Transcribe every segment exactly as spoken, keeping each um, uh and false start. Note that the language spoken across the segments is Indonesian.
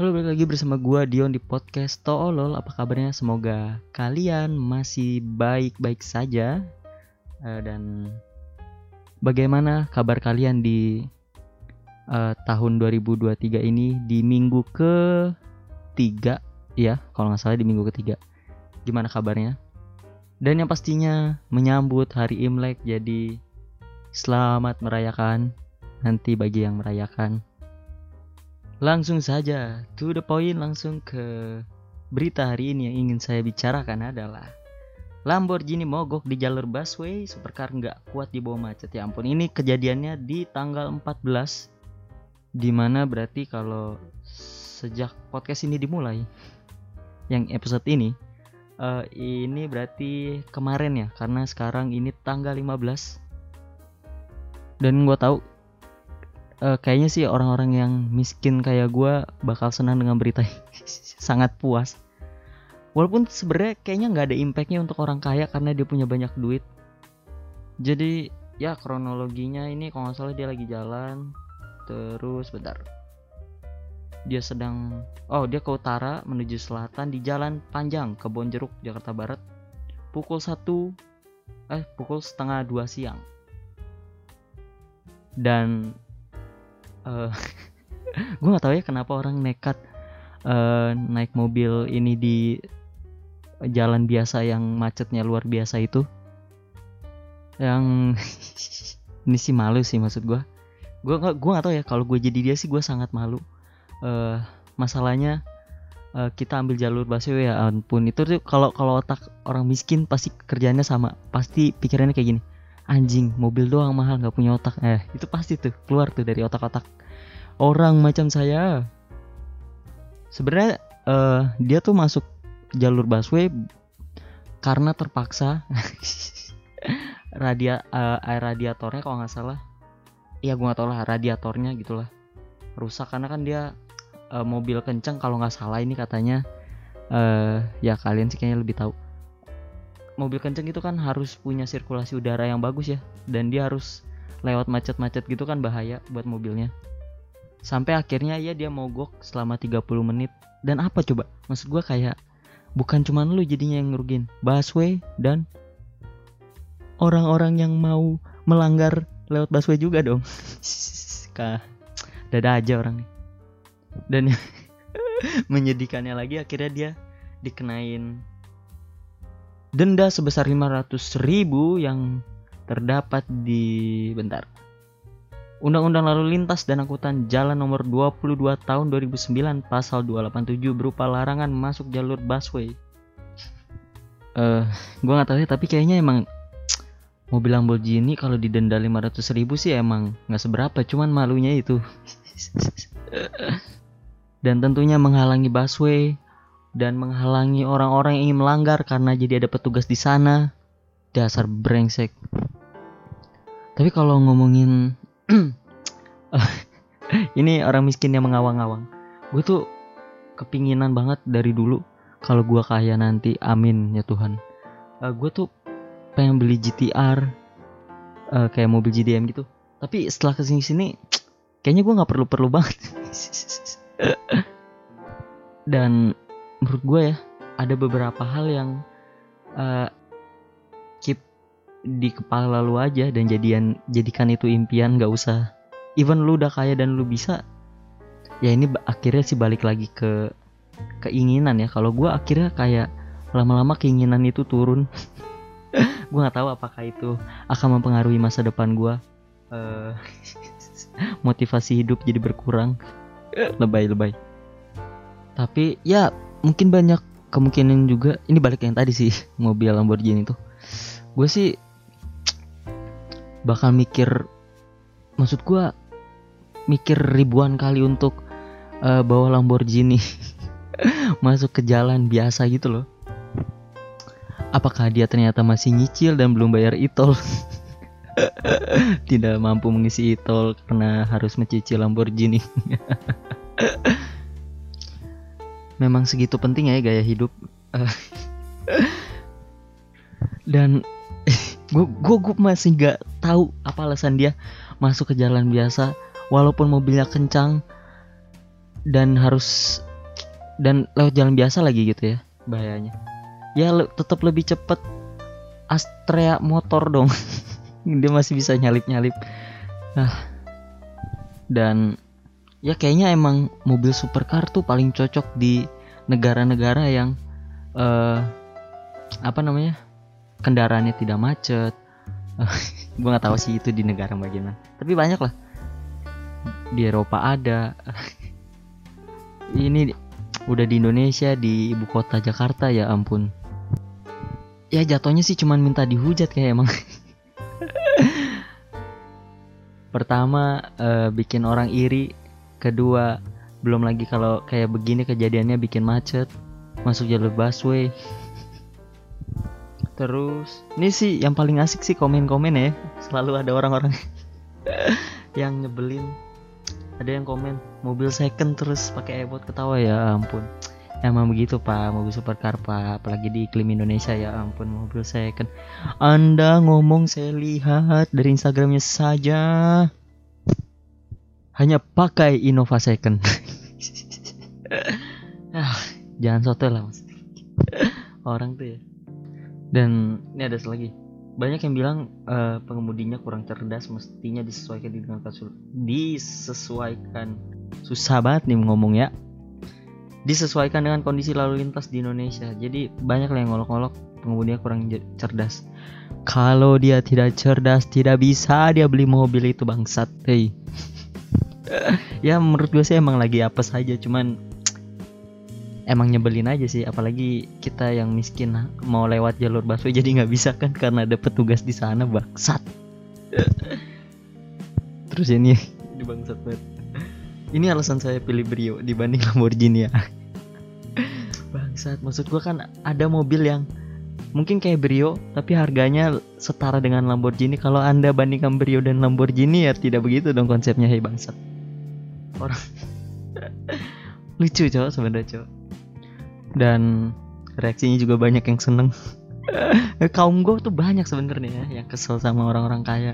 Halo, balik lagi bersama gua Dion di podcast Toolol. Apa kabarnya? Semoga kalian masih baik-baik saja. uh, Dan bagaimana kabar kalian di uh, tahun dua ribu dua puluh tiga ini, di minggu ketiga, ya kalau gak salah di minggu ketiga. Gimana kabarnya? Dan yang pastinya menyambut hari Imlek, jadi selamat merayakan nanti bagi yang merayakan. Langsung saja, to the point, langsung ke berita hari ini. Yang ingin saya bicarakan adalah Lamborghini mogok di jalur busway, supercar nggak kuat di bawah macet. Ya ampun, ini kejadiannya di tanggal empat belas, dimana berarti kalau sejak podcast ini dimulai, yang episode ini, uh, ini berarti kemarin ya, karena sekarang ini tanggal lima belas. Dan gue tahu Uh, kayaknya sih orang-orang yang miskin kayak gue bakal senang dengan berita ini. Sangat puas. Walaupun sebenarnya kayaknya nggak ada impactnya untuk orang kaya karena dia punya banyak duit. Jadi ya kronologinya ini kalau nggak salah dia lagi jalan, terus bentar, dia sedang oh dia ke utara menuju selatan di jalan panjang Kebonjeruk, Jakarta Barat, pukul satu eh pukul setengah dua siang. Dan Uh, gue nggak tahu ya kenapa orang nekat uh, naik mobil ini di jalan biasa yang macetnya luar biasa itu. Yang ini sih malu sih, maksud gue. Gue nggak gue nggak tahu ya, kalau gue jadi dia sih gue sangat malu. Uh, masalahnya uh, kita ambil jalur busway, ya ampun, itu tuh kalau kalau otak orang miskin pasti kerjanya sama, pasti pikirannya kayak gini. Anjing, mobil doang mahal, gak punya otak. Eh, itu pasti tuh keluar tuh dari otak-otak orang macam saya. Sebenarnya uh, dia tuh masuk jalur busway karena terpaksa. Radia uh, air radiatornya kalau nggak salah, ya gue nggak tahu lah, radiatornya gitulah rusak karena kan dia uh, mobil kencang kalau nggak salah ini katanya. Uh, ya kalian sih kayaknya lebih tahu. Mobil kenceng itu kan harus punya sirkulasi udara yang bagus ya, dan dia harus lewat macet-macet gitu kan, bahaya buat mobilnya. Sampai akhirnya ya dia mogok selama tiga puluh menit. Dan apa coba? Maksud gue kayak bukan cuma lu jadinya yang ngerugin, busway dan orang-orang yang mau melanggar lewat busway juga dong. Kah, dada aja orang nih. Dan menyedihkannya lagi, akhirnya dia dikenain denda sebesar lima ratus ribu yang terdapat di bentar Undang-Undang Lalu Lintas dan Angkutan Jalan nomor dua puluh dua tahun dua ribu sembilan pasal dua delapan tujuh berupa larangan masuk jalur busway. Eh, uh, gua enggak tahu ya, tapi kayaknya emang mobil Lamborghini kalau didenda lima ratus ribu sih emang enggak seberapa, cuman malunya itu. Dan tentunya menghalangi busway dan menghalangi orang-orang yang ingin melanggar karena jadi ada petugas di sana. Dasar brengsek. Tapi kalau ngomongin ini orang miskin yang mengawang-awang, gue tuh kepinginan banget dari dulu kalau gue kaya nanti, amin ya Tuhan. Uh, gue tuh pengen beli G T R, uh, kayak mobil G D M gitu. Tapi setelah kesini-sini kayaknya gue nggak perlu-perlu banget. Dan menurut gue ya, ada beberapa hal yang uh, keep di kepala lu aja dan jadian jadikan itu impian. Gak usah, even lu udah kaya dan lu bisa, ya ini akhirnya sih balik lagi ke keinginan ya. Kalau gue akhirnya kayak lama-lama keinginan itu turun. Gue nggak tahu apakah itu akan mempengaruhi masa depan gue. Uh, motivasi hidup jadi berkurang. Lebay-lebay. Tapi ya mungkin banyak kemungkinan juga. Ini balik yang tadi sih, mobil Lamborghini tuh. Gue sih bakal mikir, maksud gue mikir ribuan kali untuk uh, bawa Lamborghini masuk ke jalan biasa gitu loh. Apakah dia ternyata masih nyicil dan belum bayar e-tol? Tidak mampu mengisi e-tol karena harus mencicil Lamborghini. Memang segitu penting ya gaya hidup. Dan gue gue gue masih nggak tahu apa alasan dia masuk ke jalan biasa walaupun mobilnya kencang dan harus dan lewat jalan biasa lagi gitu ya, bahayanya. Ya le- tetap lebih cepet Astrea motor dong. Dia masih bisa nyalip-nyalip. Nah, dan ya kayaknya emang mobil supercar tuh paling cocok di negara-negara yang uh, apa namanya, kendaraannya tidak macet. Gue nggak tahu sih itu di negara bagaimana, tapi banyak lah di Eropa ada. Ini udah di Indonesia, di ibu kota Jakarta, ya ampun. Ya jatuhnya sih cuman minta dihujat kayak emang. Pertama uh, bikin orang iri, kedua belum lagi kalau kayak begini kejadiannya bikin macet, masuk jalur busway. Terus ini sih yang paling asik sih komen-komen ya, selalu ada orang-orang yang nyebelin. Ada yang komen mobil second terus pakai airport ketawa, ya ampun. Emang begitu pak, mobil supercar pak, apalagi di iklim Indonesia, ya ampun mobil second. Anda ngomong saya lihat dari Instagramnya saja hanya pakai Innova second. Ah, jangan soto lah mas. Orang tuh ya. Dan ini ada lagi, banyak yang bilang uh, pengemudinya kurang cerdas, mestinya disesuaikan dengan kasus, disesuaikan susah banget nih ngomong ya, disesuaikan dengan kondisi lalu lintas di Indonesia. Jadi banyak yang ngolok-ngolok pengemudinya kurang cerdas. Kalau dia tidak cerdas, tidak bisa dia beli mobil itu bangsat. Hey. Ya menurut gue sih emang lagi apes aja, cuman emang nyebelin aja sih, apalagi kita yang miskin mau lewat jalur busway jadi nggak bisa kan karena ada petugas di sana, bangsat. Terus ini, ini bangsat banget. Ini alasan saya pilih Brio dibanding Lamborghini ya. Bangsat, maksud gue kan ada mobil yang mungkin kayak Brio tapi harganya setara dengan Lamborghini. Kalau anda bandingkan Brio dan Lamborghini ya tidak begitu dong konsepnya, hei bangsat. Orang lucu cowok sebenarnya cowok. Dan reaksinya juga banyak yang seneng. Kaum gue tuh banyak sebenarnya ya, yang kesel sama orang-orang kaya.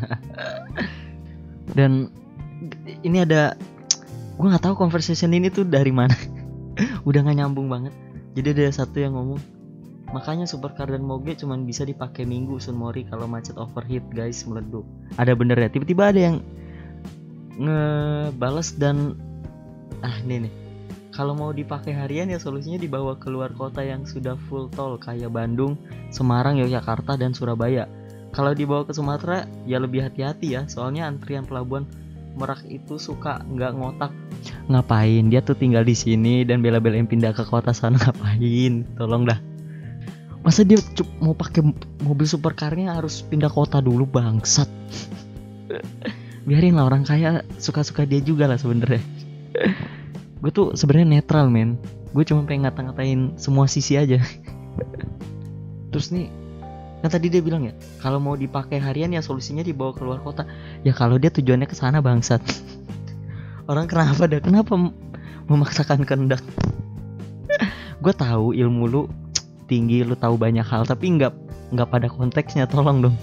Dan ini ada, gue nggak tahu conversation ini tuh dari mana. Udah nggak nyambung banget. Jadi ada satu yang ngomong, makanya supercar dan moge cuma bisa dipakai minggu Sun Mori, kalau macet overheat guys meleduk. Ada bener ya, tiba-tiba ada yang ngebales dan ah ini nih, kalau mau dipakai harian ya solusinya dibawa keluar kota yang sudah full tol kayak Bandung, Semarang, Yogyakarta, dan Surabaya. Kalau dibawa ke Sumatera ya lebih hati-hati ya, soalnya antrian pelabuhan Merak itu suka nggak ngotak. Ngapain dia tuh tinggal di sini dan bela-belain pindah ke kota sana, ngapain? Tolong dah. Masa dia mau pakai mobil supercarnya harus pindah kota dulu, bangsat. Biarin lah, orang kaya suka-suka dia juga lah sebenarnya. Gue tuh sebenarnya netral men, gue cuma pengen ngata-ngatain semua sisi aja. Terus nih, kan tadi dia bilang ya, kalau mau dipakai harian ya solusinya dibawa keluar kota. Ya kalau dia tujuannya ke sana, bangsat. Orang kenapa dah? Kenapa memaksakan kehendak? Gue tahu ilmu lu tinggi, lu tahu banyak hal, tapi nggak nggak pada konteksnya, tolong dong.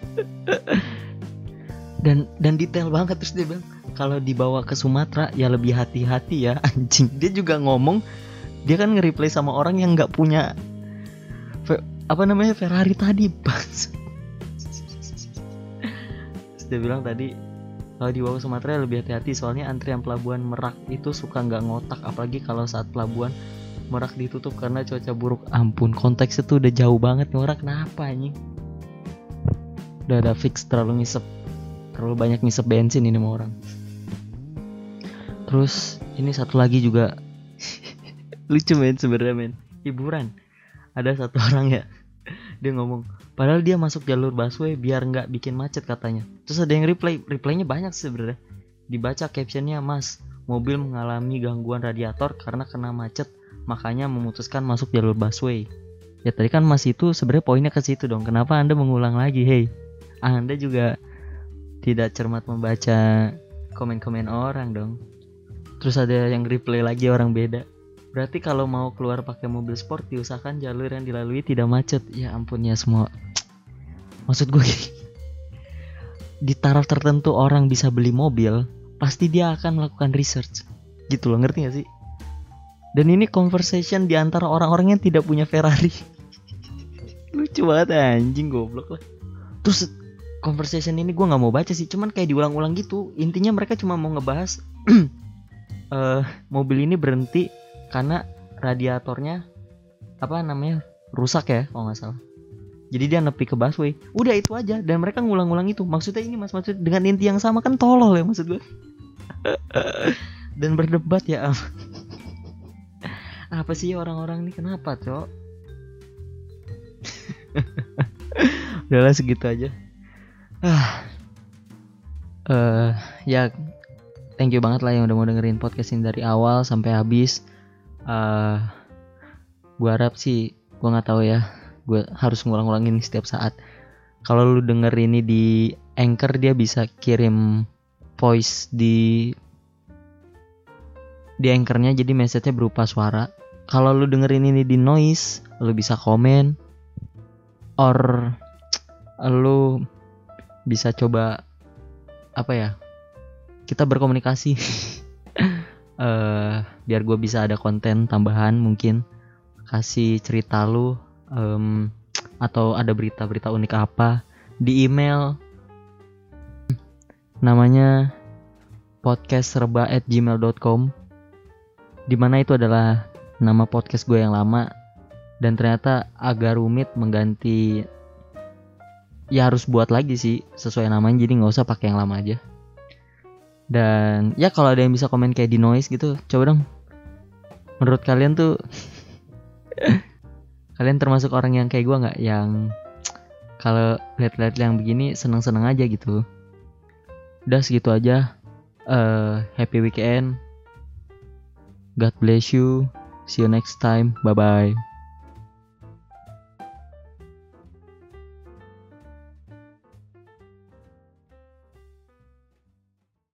dan dan detail banget. Terus dia bilang kalau dibawa ke Sumatera ya lebih hati-hati ya, anjing. Dia juga ngomong, dia kan nge-reply sama orang yang nggak punya apa namanya Ferrari tadi, bang. Dia bilang tadi kalau dibawa ke Sumatera lebih hati-hati soalnya antrian pelabuhan Merak itu suka nggak ngotak, apalagi kalau saat pelabuhan Merak ditutup karena cuaca buruk. Ampun, konteksnya tuh udah jauh banget nih orang, kenapa anjing? Udah ada fix terlalu ngisep, terlalu banyak ngisep bensin ini sama orang. Terus ini satu lagi juga lucu men sebenarnya men, hiburan. Ada satu orang ya, dia ngomong padahal dia masuk jalur busway biar nggak bikin macet katanya. Terus ada yang reply, replynya banyak sebenarnya. Dibaca captionnya, mas mobil mengalami gangguan radiator karena kena macet makanya memutuskan masuk jalur busway. Ya tadi kan mas itu sebenarnya poinnya ke situ dong, kenapa anda mengulang lagi? Hey, anda juga tidak cermat membaca komen-komen orang dong. Terus ada yang reply lagi orang beda, berarti kalau mau keluar pakai mobil sport diusahakan jalur yang dilalui tidak macet. Ya ampun ya semua. Maksud gue di taraf tertentu orang bisa beli mobil, pasti dia akan melakukan research gitu loh, ngerti gak sih? Dan ini conversation di antara orang-orang yang tidak punya Ferrari. Lucu banget anjing, goblok lah. Terus conversation ini gue nggak mau baca sih, cuman kayak diulang-ulang gitu. Intinya mereka cuma mau ngebahas uh, mobil ini berhenti karena radiatornya apa namanya rusak ya kalau nggak salah. Jadi dia nepi ke busway. Udah itu aja, dan mereka ngulang-ngulang itu. Maksudnya ini mas, maksud dengan inti yang sama kan tolol ya maksud gue. Dan berdebat ya. Apa sih orang-orang ini kenapa, Cok? Udahlah segitu aja. Ah. Uh, ya thank you banget lah yang udah mau dengerin podcast ini dari awal sampai habis. Uh, gue harap sih, gue nggak tahu ya, gue harus ngulang-ulangin setiap saat. Kalau lu denger ini di Anchor, dia bisa kirim voice di di Anchornya, jadi message-nya berupa suara. Kalau lu dengerin ini di Noise, lu bisa komen, or lu bisa coba apa ya, kita berkomunikasi. uh, biar gue bisa ada konten tambahan, mungkin kasih cerita lu, um, atau ada berita-berita unik apa di email namanya podcast serba at gmail dot com, dimana itu adalah nama podcast gue yang lama dan ternyata agak rumit mengganti. Ya harus buat lagi sih sesuai namanya, jadi nggak usah pakai yang lama aja. Dan ya kalau ada yang bisa komen kayak di Noise gitu, coba dong. Menurut kalian tuh kalian termasuk orang yang kayak gue nggak, yang kalau lihat-lihat yang begini seneng-seneng aja gitu. Udah segitu aja. Uh, happy weekend. God bless you. See you next time. Bye bye.